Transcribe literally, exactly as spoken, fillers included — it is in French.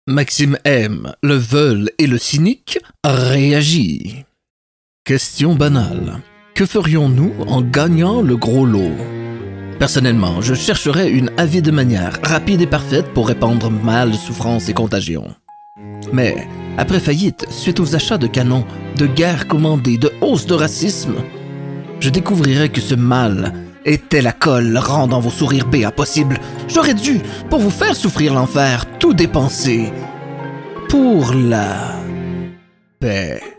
Maxime M, le veule et le cynique, réagit. Question banale. Que ferions-nous en gagnant le gros lot? Personnellement, je chercherais une avide manière, rapide et parfaite pour répandre mal, souffrance et contagion. Mais, après faillite, suite aux achats de canons, de guerres commandées, de hausse de racisme, je découvrirais que ce mal était la colle rendant vos sourires béats possibles. J'aurais dû, pour vous faire souffrir l'enfer, tout dépenser pour la paix.